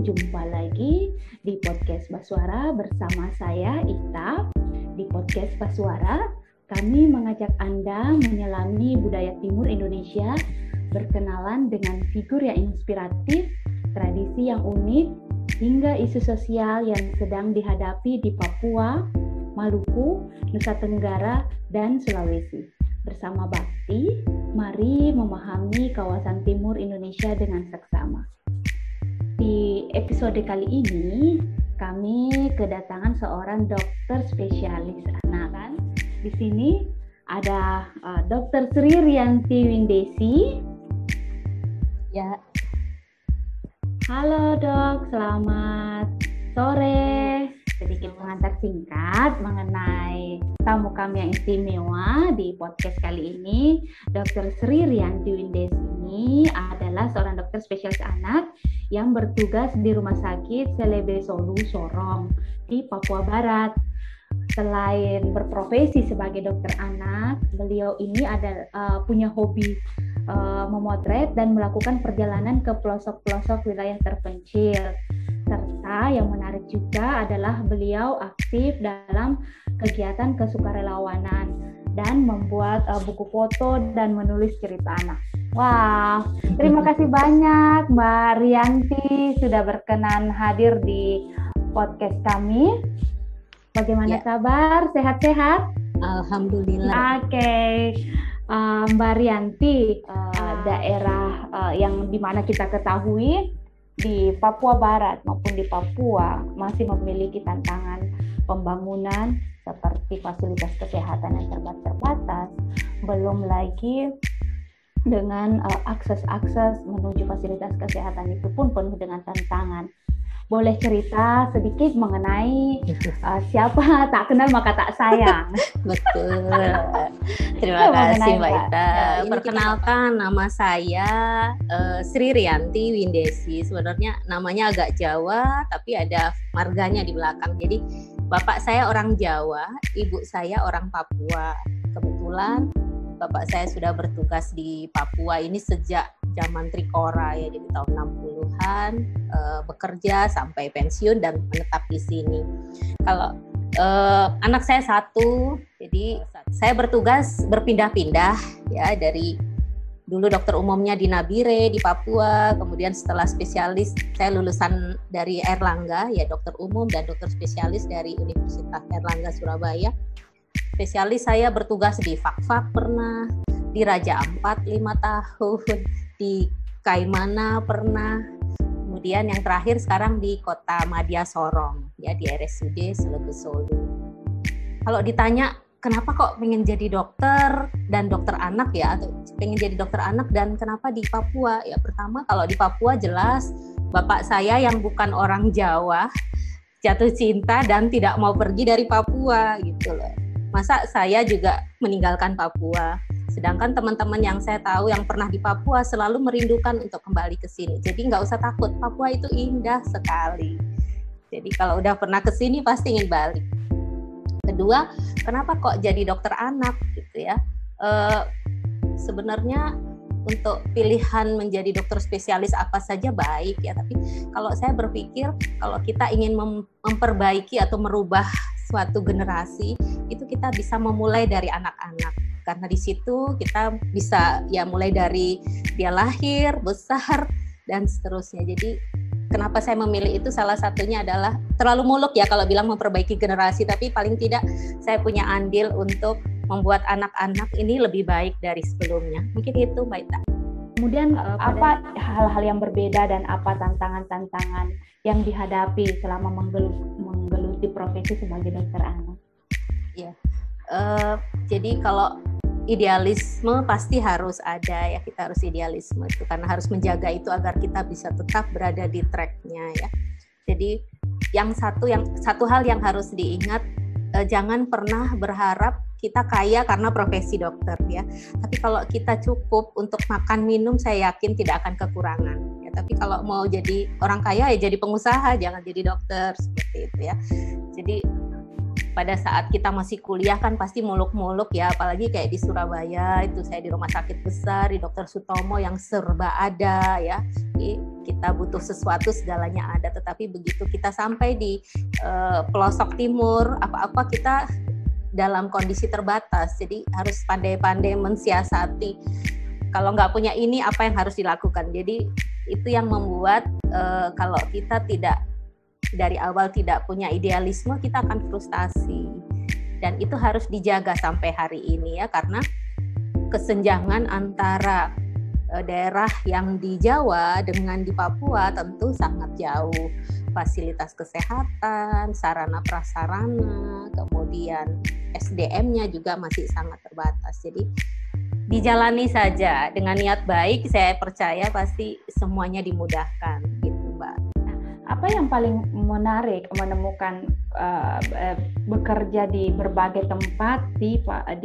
jumpa lagi di podcast Basuara bersama saya Ita. Di podcast Basuara, kami mengajak Anda menyelami budaya timur Indonesia, berkenalan dengan figur yang inspiratif, tradisi yang unik, hingga isu sosial yang sedang dihadapi di Papua, Maluku, Nusa Tenggara, dan Sulawesi. Bersama Bakti, mari memahami kawasan timur Indonesia dengan seksama. Di episode kali ini, kami kedatangan seorang dokter spesialis anak. Di sini ada Dr. Sri Rianti Windesi. Ya. Halo dok, selamat sore. Sedikit pengantar singkat mengenai tamu kami yang istimewa di podcast kali ini. Dr. Sri Rianti Windesi ini adalah seorang dokter spesialis anak yang bertugas di Rumah Sakit Selebe Solu Sorong di Papua Barat. Selain berprofesi sebagai dokter anak, beliau ini punya hobi memotret dan melakukan perjalanan ke pelosok-pelosok wilayah terpencil. Serta yang menarik juga adalah beliau aktif dalam kegiatan kesukarelawanan dan membuat buku foto dan menulis cerita anak. Wah, terima kasih banyak Mbak Rianti sudah berkenan hadir di podcast kami. Bagaimana kabar? Sehat-sehat? Alhamdulillah. Oke. Mbak Rianti, daerah yang dimana kita ketahui di Papua Barat maupun di Papua masih memiliki tantangan pembangunan seperti fasilitas kesehatan yang terbatas, belum lagi dengan akses menuju fasilitas kesehatan itu pun penuh dengan tantangan. Boleh cerita sedikit mengenai siapa tak kenal maka tak sayang. Betul. Terima kasih Mbak Ita. Perkenalkan, nama saya Sri Rianti Windesi. Sebenarnya namanya agak Jawa, tapi ada marganya di belakang. Jadi bapak saya orang Jawa, ibu saya orang Papua. Kebetulan bapak saya sudah bertugas di Papua ini sejak zaman Trikora ya, jadi tahun 60-an, bekerja sampai pensiun dan menetap di sini. Kalau anak saya satu, jadi saya bertugas berpindah-pindah ya, dari dulu dokter umumnya di Nabire di Papua, kemudian setelah spesialis saya lulusan dari Airlangga ya, dokter umum dan dokter spesialis dari Universitas Airlangga Surabaya. Spesialis saya bertugas di Fak-Fak pernah, di Raja Ampat 5 tahun, di Kaimana pernah, kemudian yang terakhir sekarang di Kota Madya Sorong ya, di RSUD Selebe Solu. Kalau ditanya kenapa kok pengen jadi dokter dan dokter anak ya, atau pengen jadi dokter anak dan kenapa di Papua ya, pertama kalau di Papua jelas bapak saya yang bukan orang Jawa jatuh cinta dan tidak mau pergi dari Papua gitu loh. Masa saya juga meninggalkan Papua? Sedangkan teman-teman yang saya tahu yang pernah di Papua selalu merindukan untuk kembali ke sini. Jadi nggak usah takut, Papua itu indah sekali. Jadi kalau udah pernah ke sini pasti ingin balik. Kedua, kenapa kok jadi dokter anak gitu ya? Sebenarnya untuk pilihan menjadi dokter spesialis apa saja baik ya, tapi kalau saya berpikir kalau kita ingin memperbaiki atau merubah suatu generasi, itu kita bisa memulai dari anak-anak. Karena di situ kita bisa ya mulai dari dia lahir, besar, dan seterusnya. Jadi kenapa saya memilih itu, salah satunya adalah terlalu muluk ya kalau bilang memperbaiki generasi, tapi paling tidak saya punya andil untuk membuat anak-anak ini lebih baik dari sebelumnya. Mungkin itu Mbak Ita. Kemudian apa hal-hal yang berbeda dan apa tantangan-tantangan yang dihadapi selama menggeluti profesi sebagai dokter anak? Ya, jadi kalau idealisme pasti harus ada ya, kita harus idealisme itu karena harus menjaga itu agar kita bisa tetap berada di tracknya ya. Jadi satu hal yang harus diingat, jangan pernah berharap kita kaya karena profesi dokter ya. Tapi kalau kita cukup untuk makan minum, saya yakin tidak akan kekurangan ya. Tapi kalau mau jadi orang kaya ya jadi pengusaha, jangan jadi dokter, seperti itu ya. Jadi pada saat kita masih kuliah kan pasti muluk-muluk ya, apalagi kayak di Surabaya itu saya di rumah sakit besar di Dr. Sutomo yang serba ada ya. Kita butuh sesuatu segalanya ada, tetapi begitu kita sampai di pelosok timur apa-apa kita dalam kondisi terbatas. Jadi harus pandai-pandai mensiasati. Kalau nggak punya ini apa yang harus dilakukan. Jadi itu yang membuat kalau kita dari awal tidak punya idealisme, kita akan frustasi. Dan itu harus dijaga sampai hari ini ya, karena kesenjangan antara daerah yang di Jawa dengan di Papua tentu sangat jauh. Fasilitas kesehatan, sarana prasarana, kemudian SDM-nya juga masih sangat terbatas. Jadi dijalani saja dengan niat baik, saya percaya pasti semuanya dimudahkan gitu, Mbak. Apa yang paling menarik menemukan bekerja di berbagai tempat di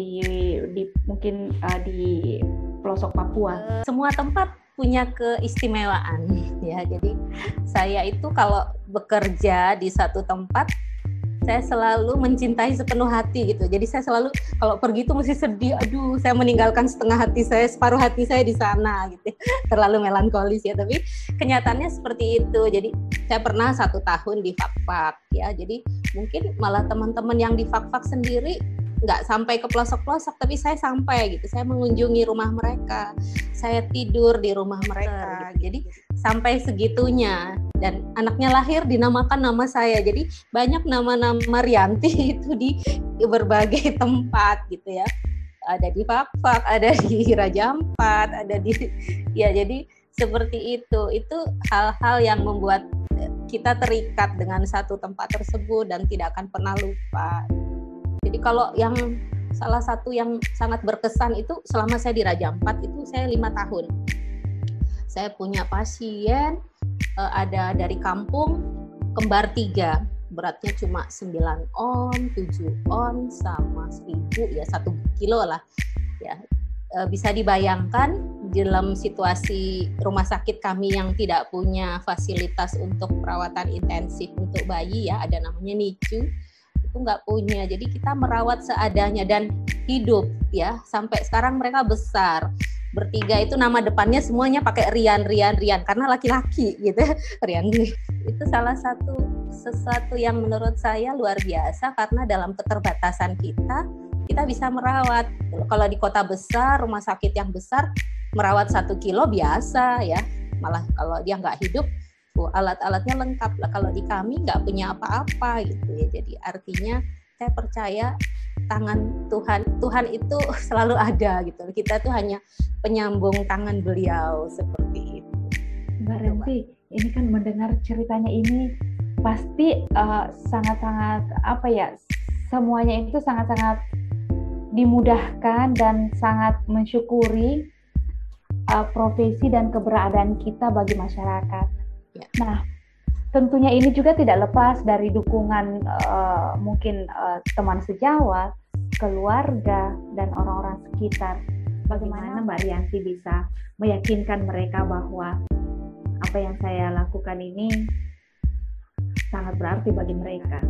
mungkin di pelosok Papua? Semua tempat punya keistimewaan ya. Jadi saya itu kalau bekerja di satu tempat, saya selalu mencintai sepenuh hati gitu. Jadi saya selalu kalau pergi itu mesti sedih, aduh saya meninggalkan setengah hati saya, separuh hati saya di sana gitu. Terlalu melankolis ya, tapi kenyataannya seperti itu. Jadi saya pernah 1 tahun di Fakfak ya. Jadi mungkin malah teman-teman yang di Fakfak sendiri nggak sampai ke pelosok-pelosok, tapi saya sampai gitu. Saya mengunjungi rumah mereka, saya tidur di rumah mereka. Jadi sampai segitunya. Dan anaknya lahir dinamakan nama saya. Jadi banyak nama-nama Rianti itu di berbagai tempat gitu ya. Ada di Fakfak, ada di Raja Ampat, ada di ya, jadi seperti itu. Itu hal-hal yang membuat kita terikat dengan satu tempat tersebut dan tidak akan pernah lupa. Jadi kalau yang salah satu yang sangat berkesan itu selama saya di Raja Ampat itu saya 5 tahun. Saya punya pasien ada dari kampung kembar 3, beratnya cuma 9 on, 7 on, sama 1000 ya 1 kilo lah ya. Bisa dibayangkan dalam situasi rumah sakit kami yang tidak punya fasilitas untuk perawatan intensif untuk bayi ya, ada namanya NICU, itu nggak punya. Jadi kita merawat seadanya dan hidup ya, sampai sekarang mereka besar. Bertiga itu nama depannya semuanya pakai Rian karena laki-laki gitu. Rian itu salah satu sesuatu yang menurut saya luar biasa, karena dalam keterbatasan kita bisa merawat. Kalau di kota besar, rumah sakit yang besar, merawat 1 kilo biasa ya. Malah kalau dia nggak hidup, alat-alatnya lengkap lah. Kalau di kami nggak punya apa-apa gitu ya. Jadi artinya saya percaya tangan Tuhan itu selalu ada gitu. Kita tuh hanya penyambung tangan beliau seperti itu. Mbak Rianti, ini kan mendengar ceritanya ini pasti sangat-sangat apa ya? Semuanya itu sangat-sangat dimudahkan dan sangat mensyukuri profesi dan keberadaan kita bagi masyarakat. Ya. Nah, tentunya ini juga tidak lepas dari dukungan mungkin teman sejawat, keluarga, dan orang-orang sekitar. Bagaimana Mbak Rianti bisa meyakinkan mereka bahwa apa yang saya lakukan ini sangat berarti bagi mereka?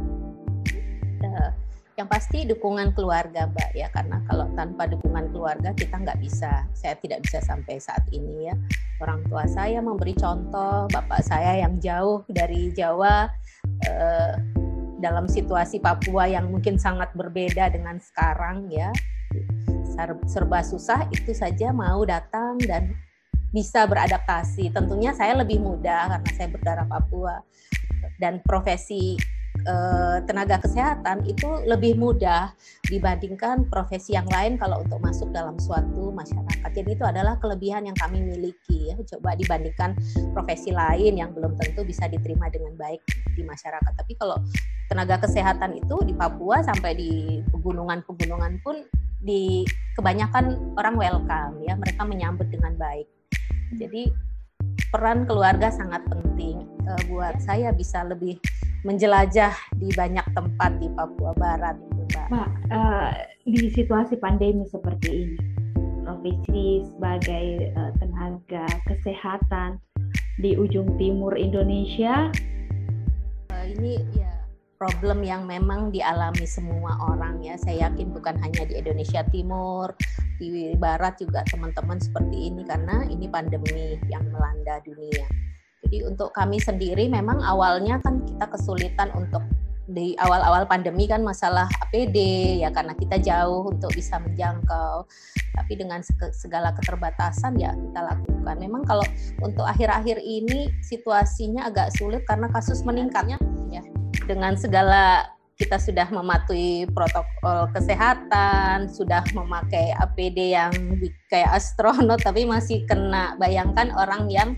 Yang pasti dukungan keluarga, Mbak ya, karena kalau tanpa dukungan keluarga kita nggak bisa, saya tidak bisa sampai saat ini ya. Orang tua saya memberi contoh, bapak saya yang jauh dari Jawa dalam situasi Papua yang mungkin sangat berbeda dengan sekarang ya, serba susah, itu saja mau datang dan bisa beradaptasi. Tentunya saya lebih mudah karena saya berdarah Papua, dan profesi tenaga kesehatan itu lebih mudah dibandingkan profesi yang lain kalau untuk masuk dalam suatu masyarakat. Jadi itu adalah kelebihan yang kami miliki ya. Coba dibandingkan profesi lain yang belum tentu bisa diterima dengan baik di masyarakat. Tapi kalau tenaga kesehatan itu di Papua sampai di pegunungan-pegunungan pun di kebanyakan orang welcome ya, mereka menyambut dengan baik. Jadi peran keluarga sangat penting buat saya bisa lebih menjelajah di banyak tempat di Papua Barat, Mbak. Di situasi pandemi seperti ini, profesi sebagai tenaga kesehatan di ujung timur Indonesia, ini ya problem yang memang dialami semua orang ya. Saya yakin bukan hanya di Indonesia Timur, di Barat juga teman-teman seperti ini karena ini pandemi yang melanda dunia. Jadi untuk kami sendiri memang awalnya kan kita kesulitan untuk di awal-awal pandemi kan masalah APD ya karena kita jauh untuk bisa menjangkau. Tapi dengan segala keterbatasan ya kita lakukan. Memang kalau untuk akhir-akhir ini situasinya agak sulit karena kasus meningkatnya ya. Dengan segala kita sudah mematuhi protokol kesehatan, sudah memakai APD yang kayak astronot tapi masih kena. Bayangkan orang yang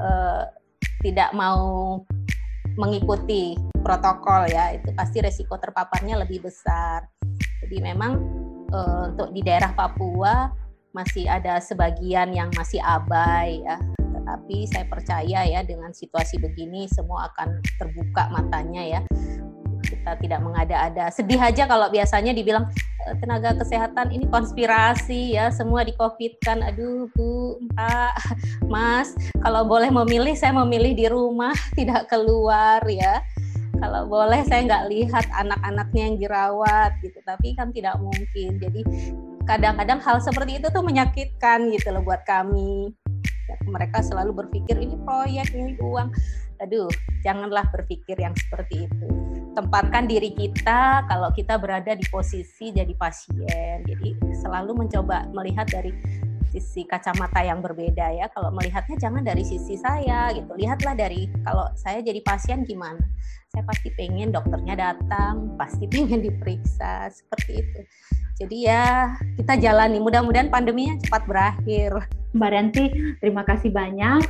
tidak mau mengikuti protokol ya, itu pasti resiko terpaparnya lebih besar. Jadi memang untuk di daerah Papua masih ada sebagian yang masih abai ya, tetapi saya percaya ya dengan situasi begini semua akan terbuka matanya ya. Kita tidak mengada-ada. Sedih aja kalau biasanya dibilang tenaga kesehatan ini konspirasi ya, semua di-COVID-kan. Aduh Bu, Pak, Mas, kalau boleh memilih saya memilih di rumah, tidak keluar ya. Kalau boleh saya nggak lihat anak-anaknya yang dirawat gitu, tapi kan tidak mungkin. Jadi kadang-kadang hal seperti itu tuh menyakitkan gitu loh buat kami. Mereka selalu berpikir ini proyek, ini uang. Aduh, janganlah berpikir yang seperti itu. Tempatkan diri kita kalau kita berada di posisi jadi pasien. Jadi selalu mencoba melihat dari sisi kacamata yang berbeda ya. Kalau melihatnya jangan dari sisi saya gitu. Lihatlah dari kalau saya jadi pasien gimana. Saya pasti pengen dokternya datang, pasti pengen diperiksa seperti itu. Jadi ya kita jalani. Mudah-mudahan pandeminya cepat berakhir. Mbak Rianti, terima kasih banyak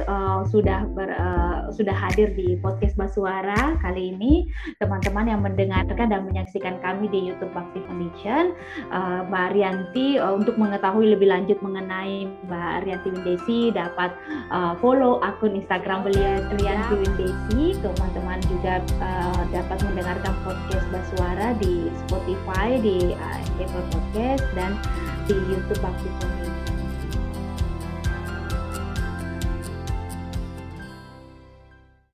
sudah hadir di podcast Basuara kali ini. Teman-teman yang mendengarkan dan menyaksikan kami di YouTube Bakti Foundation, Mbak Rianti untuk mengetahui lebih lanjut mengenai Mbak Rianti Windesi dapat follow akun Instagram beliau Rianti Windesi. Teman-teman juga dapat mendengarkan podcast Basuara di Spotify, di Apple Podcast dan di YouTube Bakti Foundation.